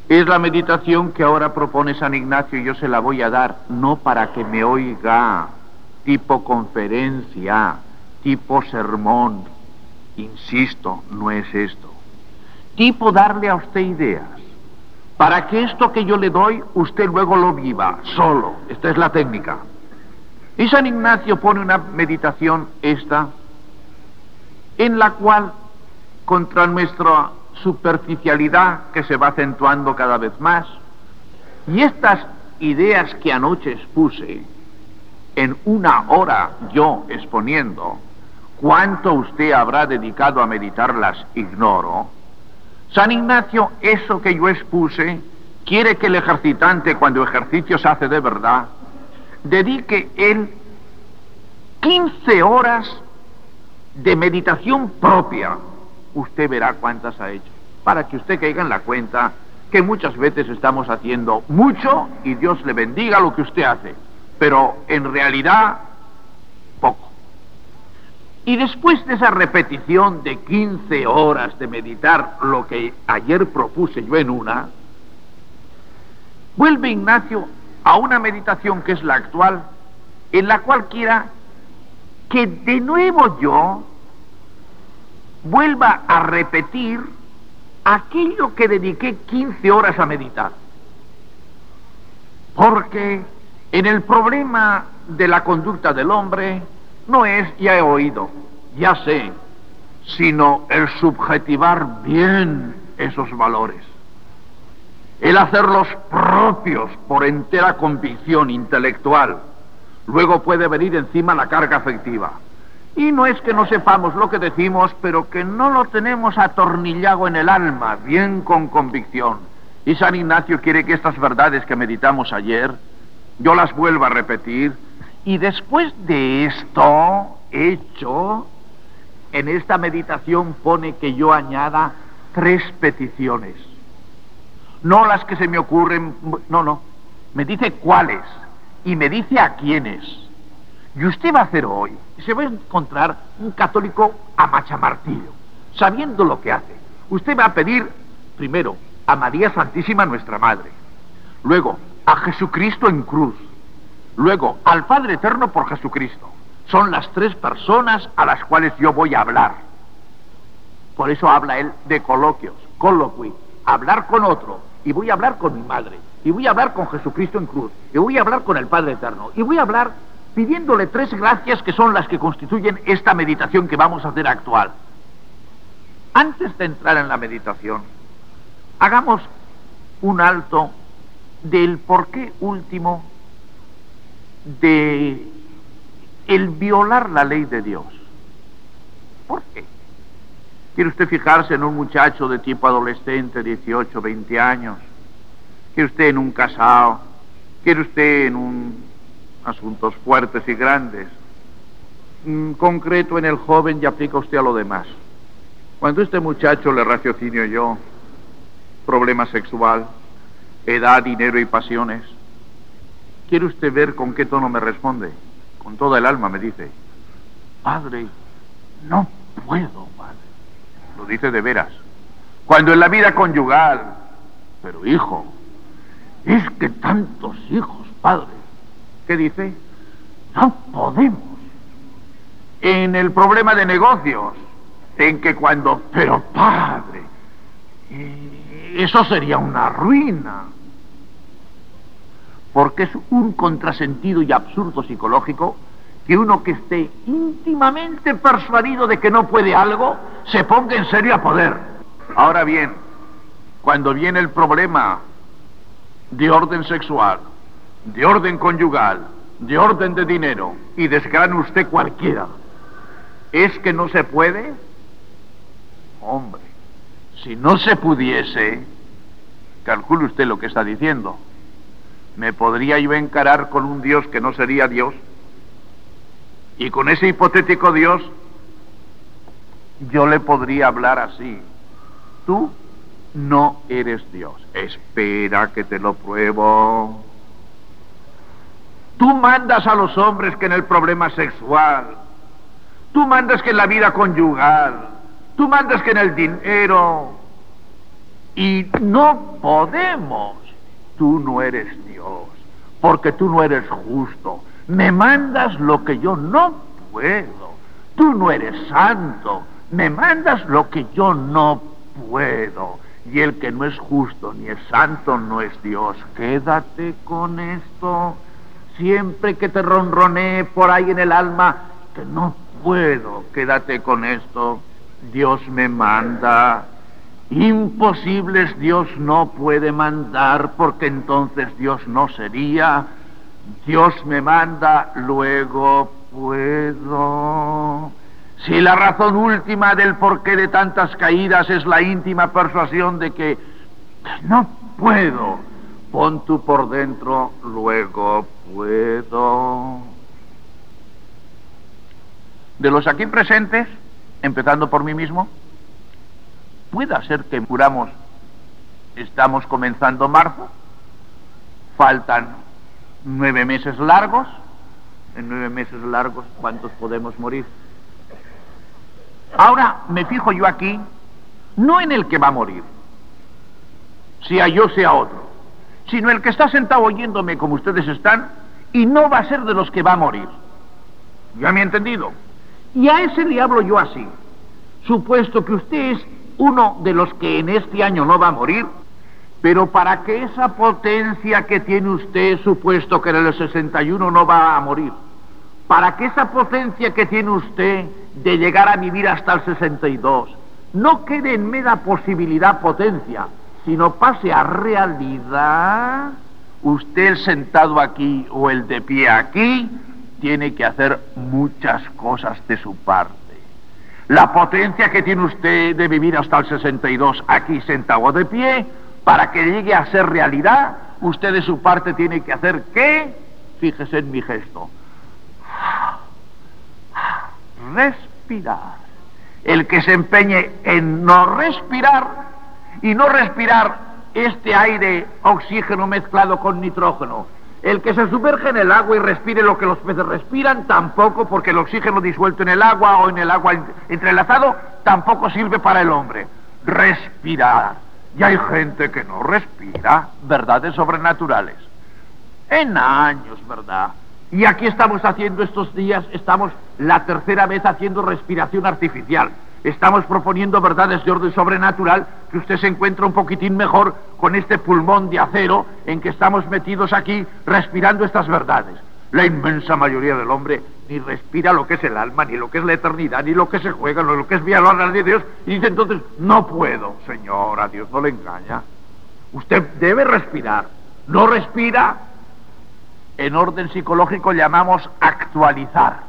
Es la meditación que ahora propone San Ignacio y yo se la voy a dar, no para que me oiga, tipo conferencia, tipo sermón. Insisto, no es esto. Tipo darle a usted ideas, para que esto que yo le doy, usted luego lo viva, solo. Esta es la técnica. Y San Ignacio pone una meditación esta, en la cual, contra nuestra superficialidad que se va acentuando cada vez más, y estas ideas que anoche expuse, en una hora yo exponiendo, cuánto usted habrá dedicado a meditarlas, ignoro. San Ignacio, eso que yo expuse, quiere que el ejercitante, cuando ejercicio se hace de verdad, dedique él 15 horas de meditación propia. Usted verá cuántas ha hecho, para que usted caiga en la cuenta que muchas veces estamos haciendo mucho y Dios le bendiga lo que usted hace, pero en realidad poco. Y después de esa repetición de 15 horas de meditar lo que ayer propuse yo en una, vuelve Ignacio a una meditación que es la actual, en la cual quiera que de nuevo yo vuelva a repetir aquello que dediqué 15 horas a meditar. Porque en el problema de la conducta del hombre no es, ya he oído, ya sé, sino el subjetivar bien esos valores, el hacerlos propios por entera convicción intelectual. Luego puede venir encima la carga afectiva. Y no es que no sepamos lo que decimos, pero que no lo tenemos atornillado en el alma, bien con convicción. Y San Ignacio quiere que estas verdades que meditamos ayer, yo las vuelva a repetir, y después de esto hecho, en esta meditación pone que yo añada 3 peticiones. No las que se me ocurren, no, me dice cuáles, y me dice a quiénes. Y usted va a hacer hoy, se va a encontrar un católico a machamartillo, sabiendo lo que hace. Usted va a pedir, primero, a María Santísima nuestra Madre, luego a Jesucristo en cruz, luego al Padre Eterno por Jesucristo. Son las 3 personas a las cuales yo voy a hablar. Por eso habla él de coloquios, colloqui, hablar con otro, y voy a hablar con mi Madre, y voy a hablar con Jesucristo en cruz, y voy a hablar con el Padre Eterno, y voy a hablar pidiéndole 3 gracias que son las que constituyen esta meditación que vamos a hacer actual. Antes de entrar en la meditación, hagamos un alto del porqué último de el violar la ley de Dios. ¿Por qué? ¿Quiere usted fijarse en un muchacho de tipo adolescente, 18, 20 años? ¿Quiere usted en un casado? ¿Quiere usted en un asuntos fuertes y grandes? En concreto en el joven, ya aplica usted a lo demás. Cuando este muchacho le raciocinio yo, problema sexual, edad, dinero y pasiones, ¿quiere usted ver con qué tono me responde? Con toda el alma me dice: padre, no puedo, padre. Lo dice de veras. Cuando en la vida conyugal, pero hijo, es que tantos hijos, padre. ¿Qué dice? No podemos. En el problema de negocios, en que cuando, pero padre, eso sería una ruina. Porque es un contrasentido y absurdo psicológico que uno que esté íntimamente persuadido de que no puede algo, se ponga en serio a poder. Ahora bien, cuando viene el problema de orden sexual, de orden conyugal, de orden de dinero, y desgrane usted cualquiera, ¿es que no se puede? Hombre, si no se pudiese, calcule usted lo que está diciendo. ¿Me podría yo encarar con un Dios que no sería Dios? Y con ese hipotético Dios, yo le podría hablar así: tú no eres Dios. Espera que te lo pruebo. Tú mandas a los hombres que en el problema sexual, tú mandas que en la vida conyugal, tú mandas que en el dinero, y Y no podemos. Tú no eres Dios, porque tú no eres justo. Me mandas lo que yo no puedo. Tú no eres santo. Me mandas lo que yo no puedo. Y el que no es justo ni es santo no es Dios. Quédate con esto. Siempre que te ronronee por ahí en el alma que no puedo, quédate con esto. Dios me manda. Imposibles Dios no puede mandar, porque entonces Dios no sería. Dios me manda, luego puedo. Si la razón última del porqué de tantas caídas es la íntima persuasión de que no puedo, pon tú por dentro, luego puedo. De los aquí presentes, empezando por mí mismo, pueda ser que muramos, estamos comenzando marzo, faltan 9 meses largos. En 9 meses largos, ¿cuántos podemos morir? Ahora me fijo yo aquí, no en el que va a morir, sea yo, sea otro, sino el que está sentado oyéndome como ustedes están, y no va a ser de los que va a morir. ¿Ya me ha entendido? Y a ese le hablo yo así. Supuesto que usted es uno de los que en este año no va a morir, pero para que esa potencia que tiene usted, supuesto que en el 61 no va a morir, para que esa potencia que tiene usted de llegar a vivir hasta el 62 no quede en mera posibilidad potencia, sino pase a realidad, usted el sentado aquí o el de pie aquí tiene que hacer muchas cosas de su parte. La potencia que tiene usted de vivir hasta el 62 aquí sentado o de pie, para que llegue a ser realidad, usted de su parte tiene que hacer ¿qué? Fíjese en mi gesto. Respirar. El que se empeñe en no respirar, y no respirar este aire oxígeno mezclado con nitrógeno, el que se sumerge en el agua y respire lo que los peces respiran, tampoco, porque el oxígeno disuelto en el agua o en el agua entrelazado tampoco sirve para el hombre. Respirar. Y hay gente que no respira, verdades sobrenaturales. En años, ¿verdad? Y aquí estamos haciendo estos días, estamos la tercera vez haciendo respiración artificial. Estamos proponiendo verdades de orden sobrenatural, que usted se encuentra un poquitín mejor con este pulmón de acero en que estamos metidos aquí respirando estas verdades. La inmensa mayoría del hombre ni respira lo que es el alma, ni lo que es la eternidad, ni lo que se juega, ni lo que es vía la de Dios, y dice entonces, no puedo. Señora, Dios no le engaña. Usted debe respirar. No respira, en orden psicológico llamamos actualizar.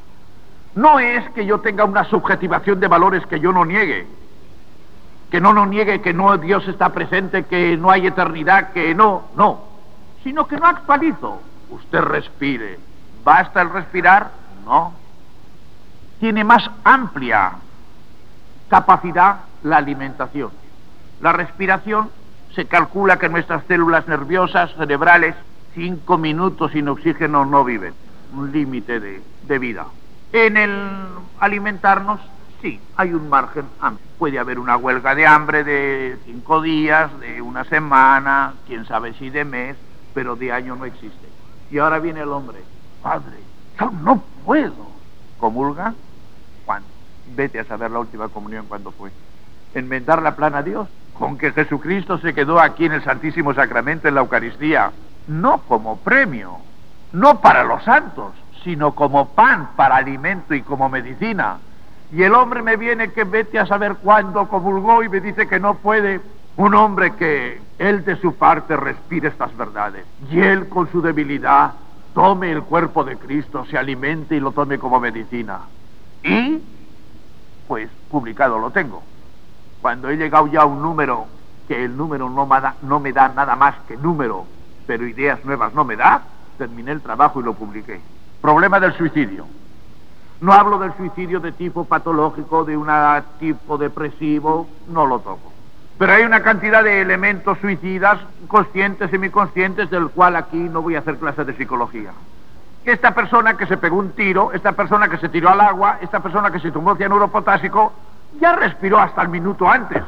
No es que yo tenga una subjetivación de valores que yo no niegue, que no niegue que no Dios está presente, que no hay eternidad, que no, sino que no actualizo. Usted respire. ¿Basta el respirar? No. Tiene más amplia capacidad la alimentación. La respiración se calcula que nuestras células nerviosas, cerebrales, 5 minutos sin oxígeno no viven. Un límite de vida. En el alimentarnos, sí, hay un margen amplio. Puede haber una huelga de hambre de 5 días, de una semana, quién sabe si de mes, pero de año no existe. Y ahora viene el hombre. Padre, yo no puedo. ¿Comulga? ¿Cuándo? Vete a saber la última comunión cuándo fue. Enmendar la plana a Dios. Con que Jesucristo se quedó aquí en el Santísimo Sacramento, en la Eucaristía, no como premio, no para los santos, sino como pan para alimento y como medicina. Y el hombre me viene que vete a saber cuándo comulgó y me dice que no puede. Un hombre que él de su parte respire estas verdades y él con su debilidad tome el cuerpo de Cristo, se alimente y lo tome como medicina. Y, pues, publicado lo tengo. Cuando he llegado ya a un número, que el número no me da nada más que número, pero ideas nuevas no me da, terminé el trabajo y lo publiqué. Problema del suicidio. No hablo del suicidio de tipo patológico, de un tipo depresivo, no lo toco. Pero hay una cantidad de elementos suicidas, conscientes, semiconscientes, del cual aquí no voy a hacer clases de psicología. Esta persona que se pegó un tiro, esta persona que se tiró al agua, esta persona que se tomó cianuro potásico, ya respiró hasta el minuto antes.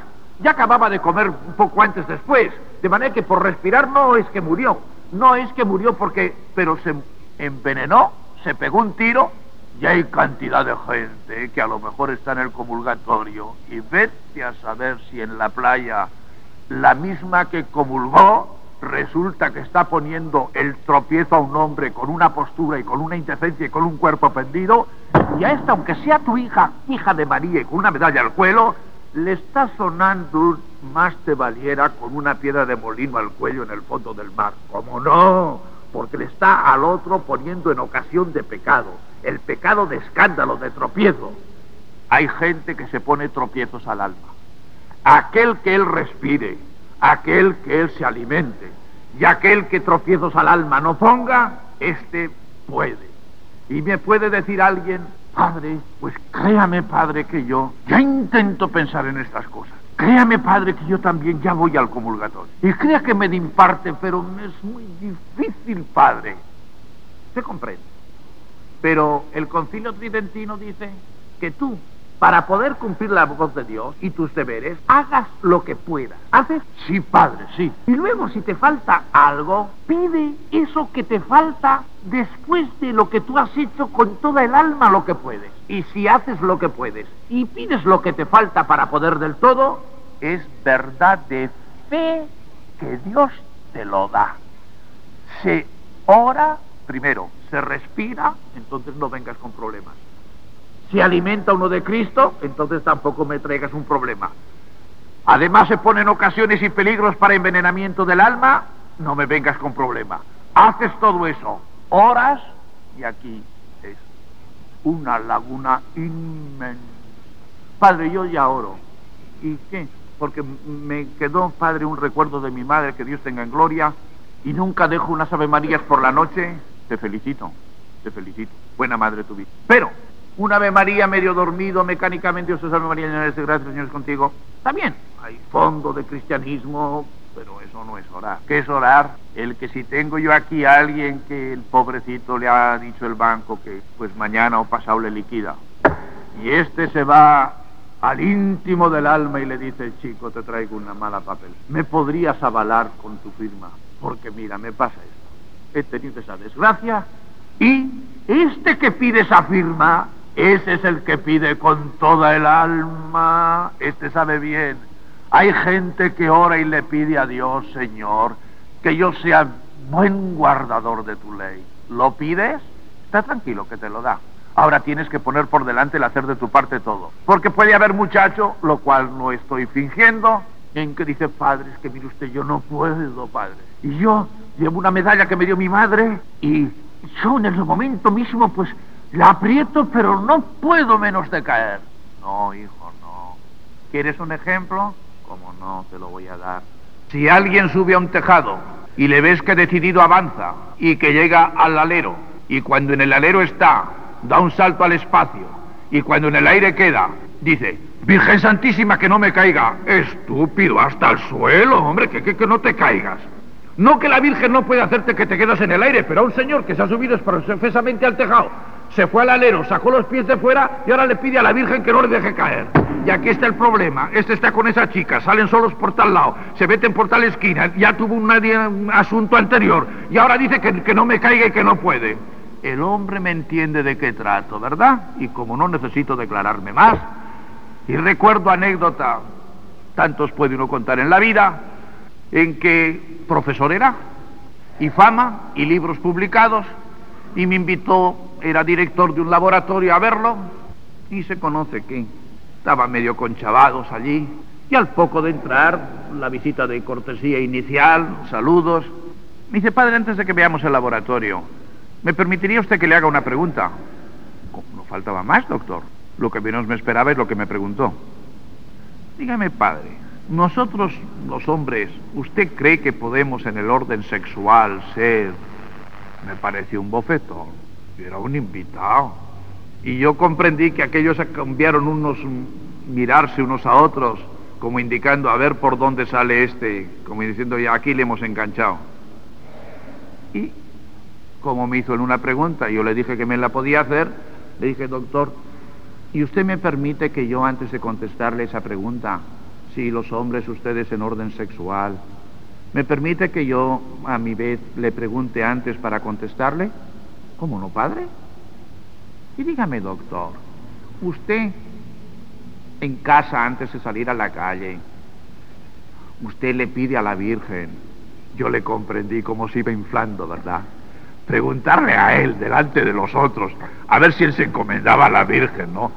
Ya acababa de comer un poco antes después, de manera que por respirar no es que murió. No es que murió pero se envenenó, se pegó un tiro, y hay cantidad de gente que a lo mejor está en el comulgatorio, y vete a saber si en la playa la misma que comulgó resulta que está poniendo el tropiezo a un hombre con una postura y con una indecencia y con un cuerpo pendido, y a esta, aunque sea tu hija, hija de María y con una medalla al cuello, le está sonando más te valiera con una piedra de molino al cuello en el fondo del mar. ¿Cómo no? Porque le está al otro poniendo en ocasión de pecado, el pecado de escándalo, de tropiezo. Hay gente que se pone tropiezos al alma. Aquel que él respire, aquel que él se alimente, y aquel que tropiezos al alma no ponga, este puede. Y me puede decir alguien: padre, pues créame, padre, que yo ya intento pensar en estas cosas. Créame, padre, que yo también ya voy al comulgatorio. Y crea que me imparte, pero me es muy difícil, padre. Se comprende. Pero el Concilio Tridentino dice que tú, para poder cumplir la voz de Dios y tus deberes, hagas lo que puedas. ¿Haces? Sí, padre, sí. Y luego, si te falta algo, pide eso que te falta después de lo que tú has hecho con toda el alma lo que puedes. Y si haces lo que puedes y pides lo que te falta para poder del todo, es verdad de fe que Dios te lo da. Se ora, primero, se respira, entonces no vengas con problemas. Si alimenta uno de Cristo, entonces tampoco me traigas un problema. Además se ponen ocasiones y peligros para envenenamiento del alma, no me vengas con problema. Haces todo eso, oras, y aquí es una laguna inmensa. Padre, yo ya oro. ¿Y qué? Porque me quedó, padre, un recuerdo de mi madre, que Dios tenga en gloria, y nunca dejo unas Ave Marías por la noche. Te felicito, te felicito. Buena madre tuviste. Pero un Ave María medio dormido, mecánicamente, Dios es Ave María, llena de gracia, Señor es contigo. También hay fondo de cristianismo, pero eso no es orar. ¿Qué es orar? El que si tengo yo aquí a alguien que el pobrecito le ha dicho el banco que pues mañana o pasado le liquida, y este se va al íntimo del alma y le dice: chico, te traigo una mala papel, ¿me podrías avalar con tu firma? Porque mira, me pasa esto, he tenido esa desgracia, y este que pide esa firma, ese es el que pide con toda el alma. Este sabe bien. Hay gente que ora y le pide a Dios: Señor, que yo sea buen guardador de tu ley. ¿Lo pides? Está tranquilo que te lo da. Ahora tienes que poner por delante el hacer de tu parte todo. Porque puede haber muchacho, lo cual no estoy fingiendo, en que dice: padre, es que mire usted, yo no puedo, padre. Y yo llevo una medalla que me dio mi madre, y yo en el momento mismo pues la aprieto, pero no puedo menos de caer. No, hijo, no. ¿Quieres un ejemplo? ¿Cómo no? Te lo voy a dar. Si alguien sube a un tejado y le ves que decidido avanza y que llega al alero, y cuando en el alero está, da un salto al espacio, y cuando en el aire queda, dice: Virgen Santísima, que no me caiga. Estúpido, hasta el suelo, hombre, que no te caigas. No que la Virgen no puede hacerte que te quedas en el aire, pero a un señor que se ha subido profesamente al tejado, se fue al alero, sacó los pies de fuera y ahora le pide a la Virgen que no le deje caer. Y aquí está el problema. Este está con esa chica, salen solos por tal lado, se meten por tal esquina, ya tuvo un asunto anterior y ahora dice que no me caiga y que no puede. El hombre me entiende de qué trato, ¿verdad? Y como no necesito declararme más, y recuerdo anécdota, tantos puede uno contar en la vida, en que profesor era, y fama, y libros publicados, y me invitó, era director de un laboratorio, a verlo, y se conoce que estaban medio conchavados allí, y al poco de entrar, la visita de cortesía inicial, saludos, me dice: padre, antes de que veamos el laboratorio, ¿me permitiría usted que le haga una pregunta? No faltaba más, doctor. Lo que menos me esperaba es lo que me preguntó. Dígame, padre, nosotros los hombres, ¿usted cree que podemos en el orden sexual ser? Me pareció un bofetón. Era un invitado. Y yo comprendí que aquellos cambiaron mirarse unos a otros, como indicando a ver por dónde sale este, como diciendo: ya aquí le hemos enganchado. Y como me hizo en una pregunta, yo le dije que me la podía hacer, le dije: doctor, ¿y usted me permite que yo, antes de contestarle esa pregunta, Sí, los hombres, ustedes en orden sexual. ¿Me permite que yo, a mi vez, le pregunte antes para contestarle? ¿Cómo no, padre? Y dígame, doctor, usted, en casa, antes de salir a la calle, usted le pide a la Virgen, yo le comprendí cómo se iba inflando, ¿verdad? Preguntarle a él, delante de los otros, a ver si él se encomendaba a la Virgen, ¿no?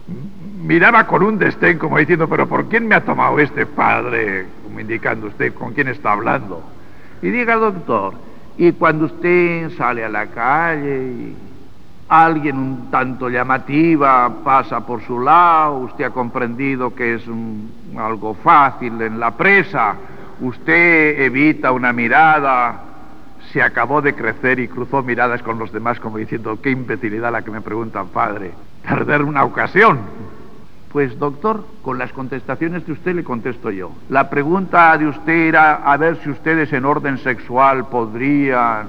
Miraba con un desdén como diciendo, pero ¿por quién me ha tomado este padre? Como indicando usted con quién está hablando. Y diga, doctor, y cuando usted sale a la calle y alguien un tanto llamativa pasa por su lado, usted ha comprendido que es algo fácil en la presa, usted evita una mirada, se acabó de crecer y cruzó miradas con los demás como diciendo, qué imbecilidad la que me preguntan, padre, perder una ocasión. Pues, doctor, con las contestaciones de usted le contesto yo. La pregunta de usted era a ver si ustedes en orden sexual podrían...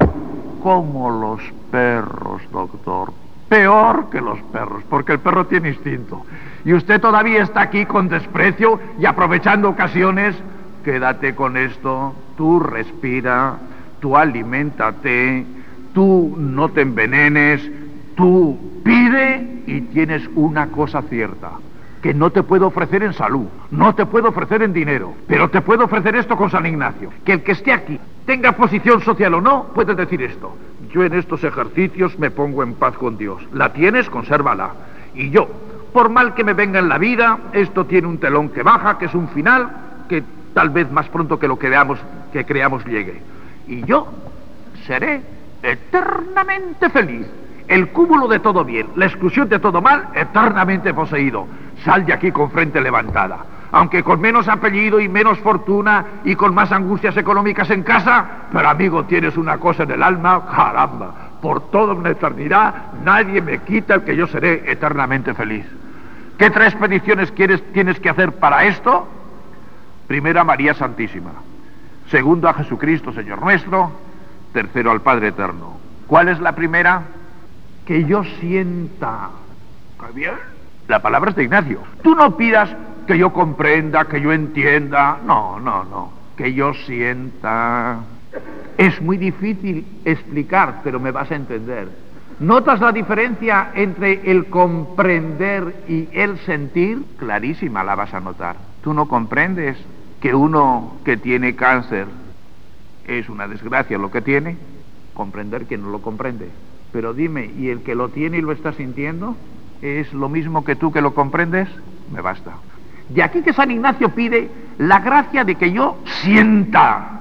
Como los perros, doctor. Peor que los perros, porque el perro tiene instinto. Y usted todavía está aquí con desprecio y aprovechando ocasiones. Quédate con esto, tú respira, tú aliméntate, tú no te envenenes, tú pide y tienes una cosa cierta, que no te puedo ofrecer en salud, no te puedo ofrecer en dinero, pero te puedo ofrecer esto con San Ignacio, que el que esté aquí, tenga posición social o no, puede decir esto, yo en estos ejercicios me pongo en paz con Dios, la tienes, consérvala, y yo, por mal que me venga en la vida, esto tiene un telón que baja, que es un final, que tal vez más pronto que lo que creamos llegue, y yo seré eternamente feliz. El cúmulo de todo bien, la exclusión de todo mal, eternamente poseído. Sal de aquí con frente levantada. Aunque con menos apellido y menos fortuna y con más angustias económicas en casa, pero amigo, tienes una cosa en el alma, caramba. Por toda una eternidad, nadie me quita el que yo seré eternamente feliz. ¿Qué 3 peticiones tienes que hacer para esto? Primero a María Santísima. Segundo a Jesucristo, Señor nuestro. Tercero al Padre Eterno. ¿Cuál es la primera? Que yo sienta. ¿Qué bien? La palabra es de Ignacio. Tú no pidas que yo comprenda, que yo entienda. No. Que yo sienta. Es muy difícil explicar, pero me vas a entender. ¿Notas la diferencia entre el comprender y el sentir? Clarísima la vas a notar. Tú no comprendes que uno que tiene cáncer es una desgracia lo que tiene. Comprender que no lo comprende. Pero dime, ¿y el que lo tiene y lo está sintiendo? ¿Es lo mismo que tú que lo comprendes? Me basta. De aquí que San Ignacio pide la gracia de que yo sienta.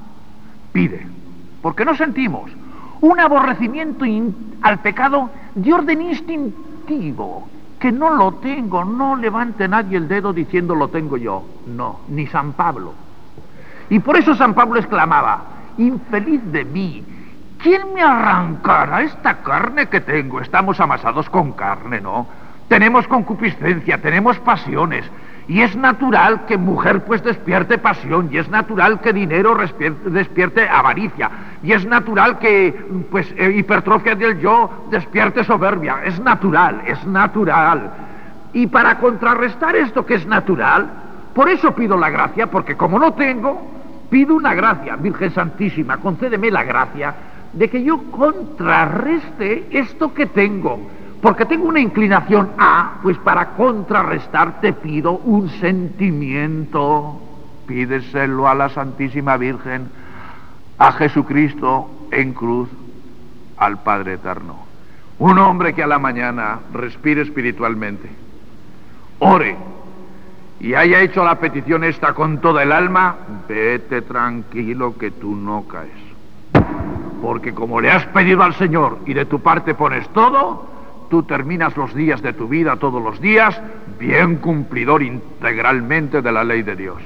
Pide. Porque no sentimos. Un aborrecimiento al pecado de orden instintivo. Que no lo tengo. No levante nadie el dedo diciendo lo tengo yo. No, ni San Pablo. Y por eso San Pablo exclamaba, infeliz de mí. ¿Quién me arrancará esta carne que tengo? Estamos amasados con carne, ¿no? Tenemos concupiscencia, tenemos pasiones. Y es natural que mujer pues despierte pasión. Y es natural que dinero despierte avaricia. Y es natural que pues hipertrofia del yo despierte soberbia. Es natural, es natural. Y para contrarrestar esto que es natural, por eso pido la gracia, porque como no tengo, pido una gracia. Virgen Santísima, concédeme la gracia de que yo contrarreste esto que tengo, porque tengo una inclinación a, pues para contrarrestar te pido un sentimiento. Pídeselo a la Santísima Virgen, a Jesucristo en cruz, al Padre Eterno. Un hombre que a la mañana respire espiritualmente, ore y haya hecho la petición esta con toda el alma, vete tranquilo que tú no caes. Porque como le has pedido al Señor y de tu parte pones todo, tú terminas los días de tu vida, todos los días, bien cumplidor integralmente de la ley de Dios.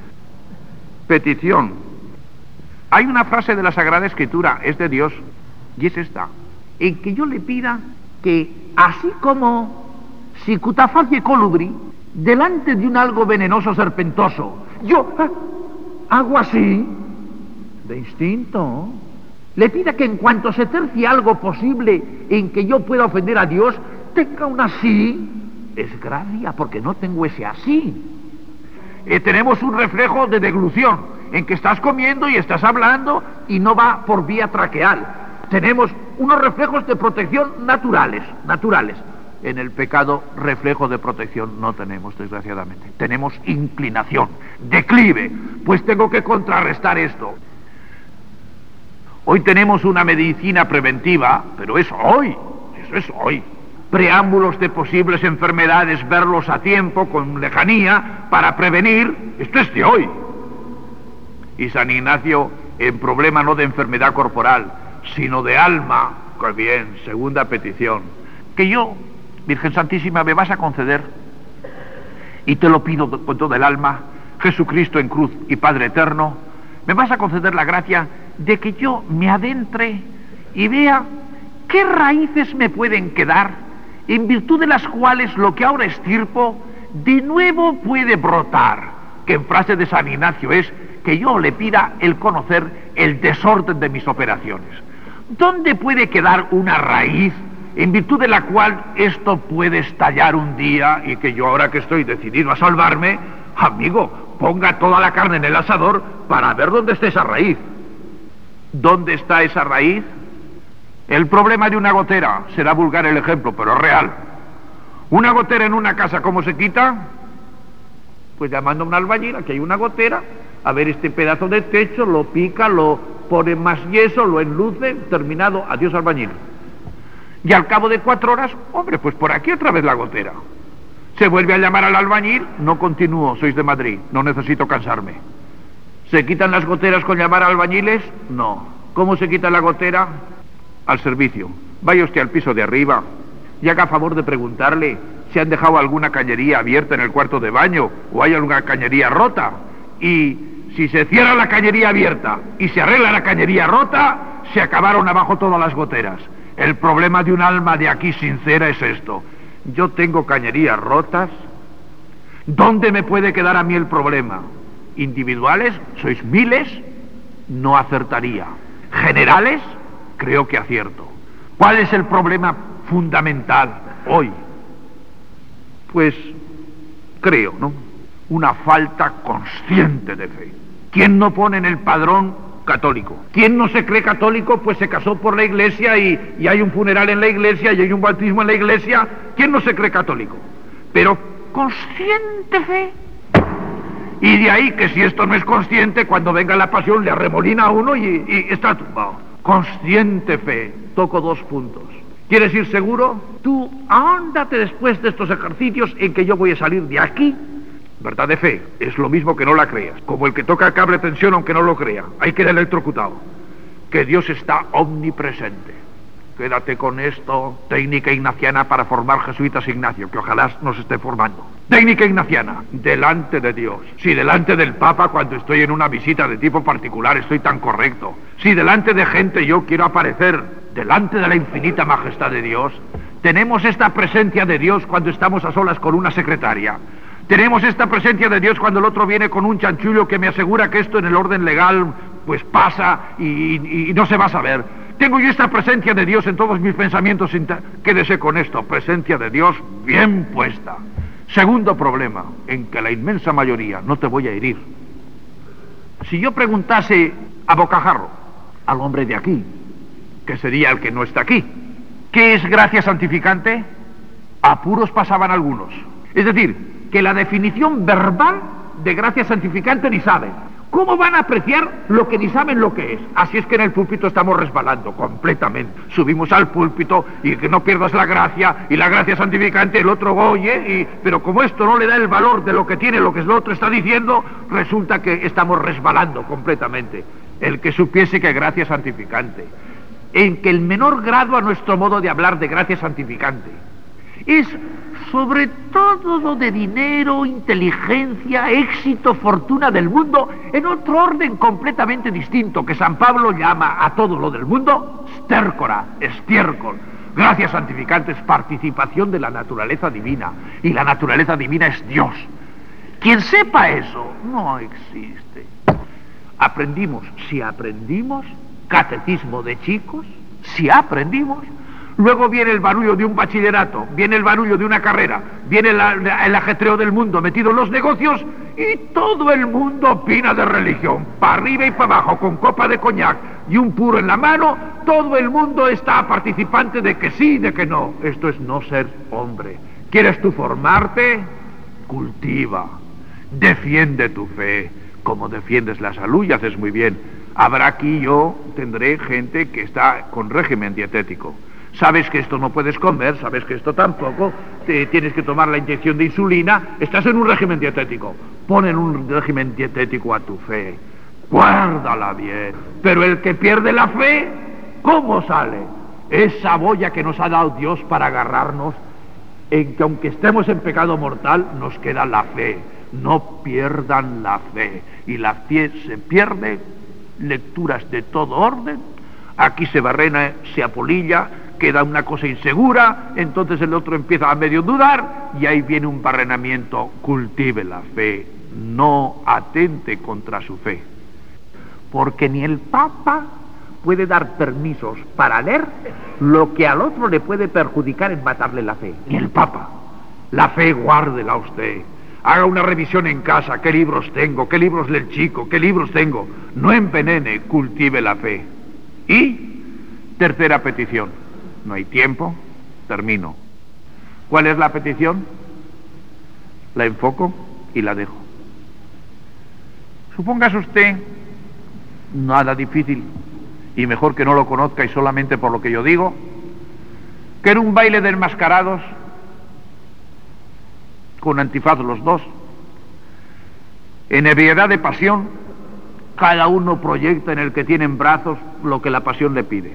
Petición. Hay una frase de la Sagrada Escritura, es de Dios, y es esta, en que yo le pida que, así como si cutafacie colubri, delante de un algo venenoso serpentoso, yo hago así, de instinto, le pida que en cuanto se tercie algo posible en que yo pueda ofender a Dios, tenga un así. Es gracia, porque no tengo ese así. Tenemos un reflejo de deglución, en que estás comiendo y estás hablando y no va por vía traqueal. Tenemos unos reflejos de protección naturales. En el pecado, reflejo de protección no tenemos, desgraciadamente. Tenemos inclinación, declive, pues tengo que contrarrestar esto. Hoy tenemos una medicina preventiva, pero es hoy, eso es hoy. Preámbulos de posibles enfermedades, verlos a tiempo, con lejanía, para prevenir, esto es de hoy. Y San Ignacio, en problema no de enfermedad corporal, sino de alma, pues bien, segunda petición, que yo, Virgen Santísima, me vas a conceder, y te lo pido con todo el alma, Jesucristo en cruz y Padre eterno, me vas a conceder la gracia de que yo me adentre y vea qué raíces me pueden quedar, en virtud de las cuales lo que ahora estirpo de nuevo puede brotar, que en frase de San Ignacio es que yo le pida el conocer el desorden de mis operaciones. ¿Dónde puede quedar una raíz en virtud de la cual esto puede estallar un día y que yo, ahora que estoy decidido a salvarme, amigo, ponga toda la carne en el asador para ver dónde está esa raíz? ¿Dónde está esa raíz? El problema de una gotera, será vulgar el ejemplo, pero es real. Una gotera en una casa, ¿cómo se quita? Pues llamando a un albañil, aquí hay una gotera, a ver este pedazo de techo, lo pica, lo pone más yeso, lo enluce, terminado, adiós albañil. Y al cabo de 4 horas, hombre, pues por aquí otra vez la gotera. Se vuelve a llamar al albañil, no continúo, sois de Madrid, no necesito cansarme. ¿Se quitan las goteras con llamar a albañiles? No. ¿Cómo se quita la gotera? Al servicio. Vaya usted al piso de arriba y haga favor de preguntarle si han dejado alguna cañería abierta en el cuarto de baño o hay alguna cañería rota. Y si se cierra la cañería abierta y se arregla la cañería rota, se acabaron abajo todas las goteras. El problema de un alma de aquí sincera es esto. Yo tengo cañerías rotas. ¿Dónde me puede quedar a mí el problema? Individuales, sois miles, no acertaría. Generales, creo que acierto. ¿Cuál es el problema fundamental hoy? Pues creo, ¿no? Una falta consciente de fe. ¿Quién no pone en el padrón católico? ¿Quién no se cree católico? Pues se casó por la iglesia y hay un funeral en la iglesia y hay un bautismo en la iglesia. ¿Quién no se cree católico? Pero consciente fe. Y de ahí que si esto no es consciente, cuando venga la pasión le arremolina a uno y está tumbado. Consciente fe. Toco 2 puntos. ¿Quieres ir seguro? Tú ándate después de estos ejercicios en que yo voy a salir de aquí. Verdad de fe, es lo mismo que no la creas. Como el que toca el cable de tensión aunque no lo crea. Hay que ir electrocutado. Que Dios está omnipresente. Quédate con esto. Técnica ignaciana para formar jesuitas, Ignacio, que ojalá nos esté formando. Técnica ignaciana, delante de Dios. Si delante del Papa, cuando estoy en una visita de tipo particular, estoy tan correcto. Si delante de gente yo quiero aparecer, delante de la infinita majestad de Dios, tenemos esta presencia de Dios cuando estamos a solas con una secretaria. Tenemos esta presencia de Dios cuando el otro viene con un chanchullo que me asegura que esto en el orden legal pues pasa y no se va a saber. Tengo yo esta presencia de Dios en todos mis pensamientos. Quédese con esto, presencia de Dios bien puesta. Segundo problema, en que la inmensa mayoría, no te voy a herir. Si yo preguntase a bocajarro, al hombre de aquí, que sería el que no está aquí, ¿qué es gracia santificante? Apuros pasaban algunos. Es decir, que la definición verbal de gracia santificante ni saben. ¿Cómo van a apreciar lo que ni saben lo que es? Así es que en el púlpito estamos resbalando completamente. Subimos al púlpito y que no pierdas la gracia, y la gracia santificante el otro oye, pero como esto no le da el valor de lo que tiene, lo que el otro está diciendo, resulta que estamos resbalando completamente. El que supiese que gracia santificante, en que el menor grado a nuestro modo de hablar de gracia santificante es sobre todo lo de dinero, inteligencia, éxito, fortuna del mundo, en otro orden completamente distinto, que San Pablo llama a todo lo del mundo stércora, estiércol. Gracia santificante es participación de la naturaleza divina, y la naturaleza divina es Dios. Quien sepa eso, no existe. Si aprendimos, catecismo de chicos, si aprendimos, Luego viene el barullo de un bachillerato, viene el barullo de una carrera, viene el ajetreo del mundo metido en los negocios y todo el mundo opina de religión. Para arriba y para abajo, con copa de coñac y un puro en la mano, todo el mundo está participante de que sí y de que no. Esto es no ser hombre. ¿Quieres tú formarte? Cultiva. Defiende tu fe, como defiendes la salud y haces muy bien. Habrá aquí, yo tendré gente que está con régimen dietético. Sabes que esto no puedes comer, sabes que esto tampoco, tienes que tomar la inyección de insulina, estás en un régimen dietético. Pon en un régimen dietético a tu fe, guárdala bien. Pero el que pierde la fe, ¿cómo sale? Esa boya que nos ha dado Dios para agarrarnos, en que aunque estemos en pecado mortal, nos queda la fe. No pierdan la fe. Y la fe se pierde, lecturas de todo orden, aquí se barrena, se apolilla, queda una cosa insegura, entonces el otro empieza a medio dudar y ahí viene un barrenamiento. Cultive la fe, no atente contra su fe, porque ni el Papa puede dar permisos para leer lo que al otro le puede perjudicar en matarle la fe. Ni el Papa. La fe guárdela usted. Haga una revisión en casa, qué libros tengo, qué libros lee el chico, qué libros tengo. No envenene, cultive la fe. Y tercera petición. No hay tiempo, termino. ¿Cuál es la petición? La enfoco y la dejo. Supóngase usted, nada difícil, y mejor que no lo conozca y solamente por lo que yo digo, que era un baile de enmascarados, con antifaz los dos, en ebriedad de pasión, cada uno proyecta en el que tiene en brazos lo que la pasión le pide.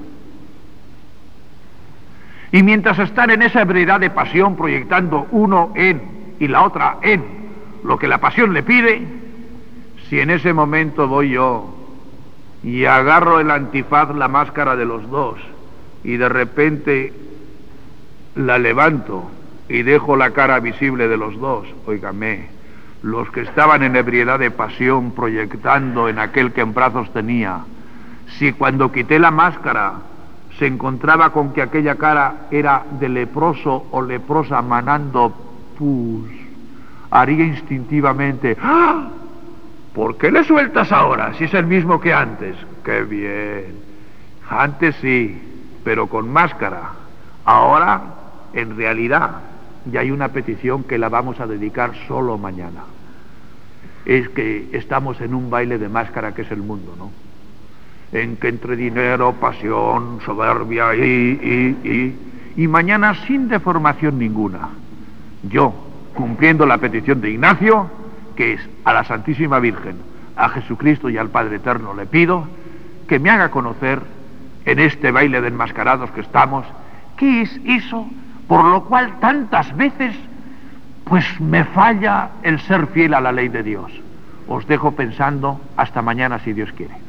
Y mientras están en esa ebriedad de pasión, proyectando uno en y la otra en lo que la pasión le pide, si en ese momento voy yo y agarro el antifaz, la máscara de los dos, y de repente la levanto y dejo la cara visible de los dos, óigame, los que estaban en ebriedad de pasión proyectando en aquel que en brazos tenía, si cuando quité la máscara se encontraba con que aquella cara era de leproso o leprosa manando pus, haría instintivamente, ¡ah! ¿Por qué le sueltas ahora si es el mismo que antes? ¡Qué bien! Antes sí, pero con máscara. Ahora, en realidad, ya hay una petición que la vamos a dedicar solo mañana. Es que estamos en un baile de máscara que es el mundo, ¿no? En que entre dinero, pasión, soberbia y mañana sin deformación ninguna. Yo, cumpliendo la petición de Ignacio, que es a la Santísima Virgen, a Jesucristo y al Padre Eterno, le pido que me haga conocer en este baile de enmascarados que estamos, qué es eso por lo cual tantas veces pues me falla el ser fiel a la ley de Dios. Os dejo pensando hasta mañana si Dios quiere.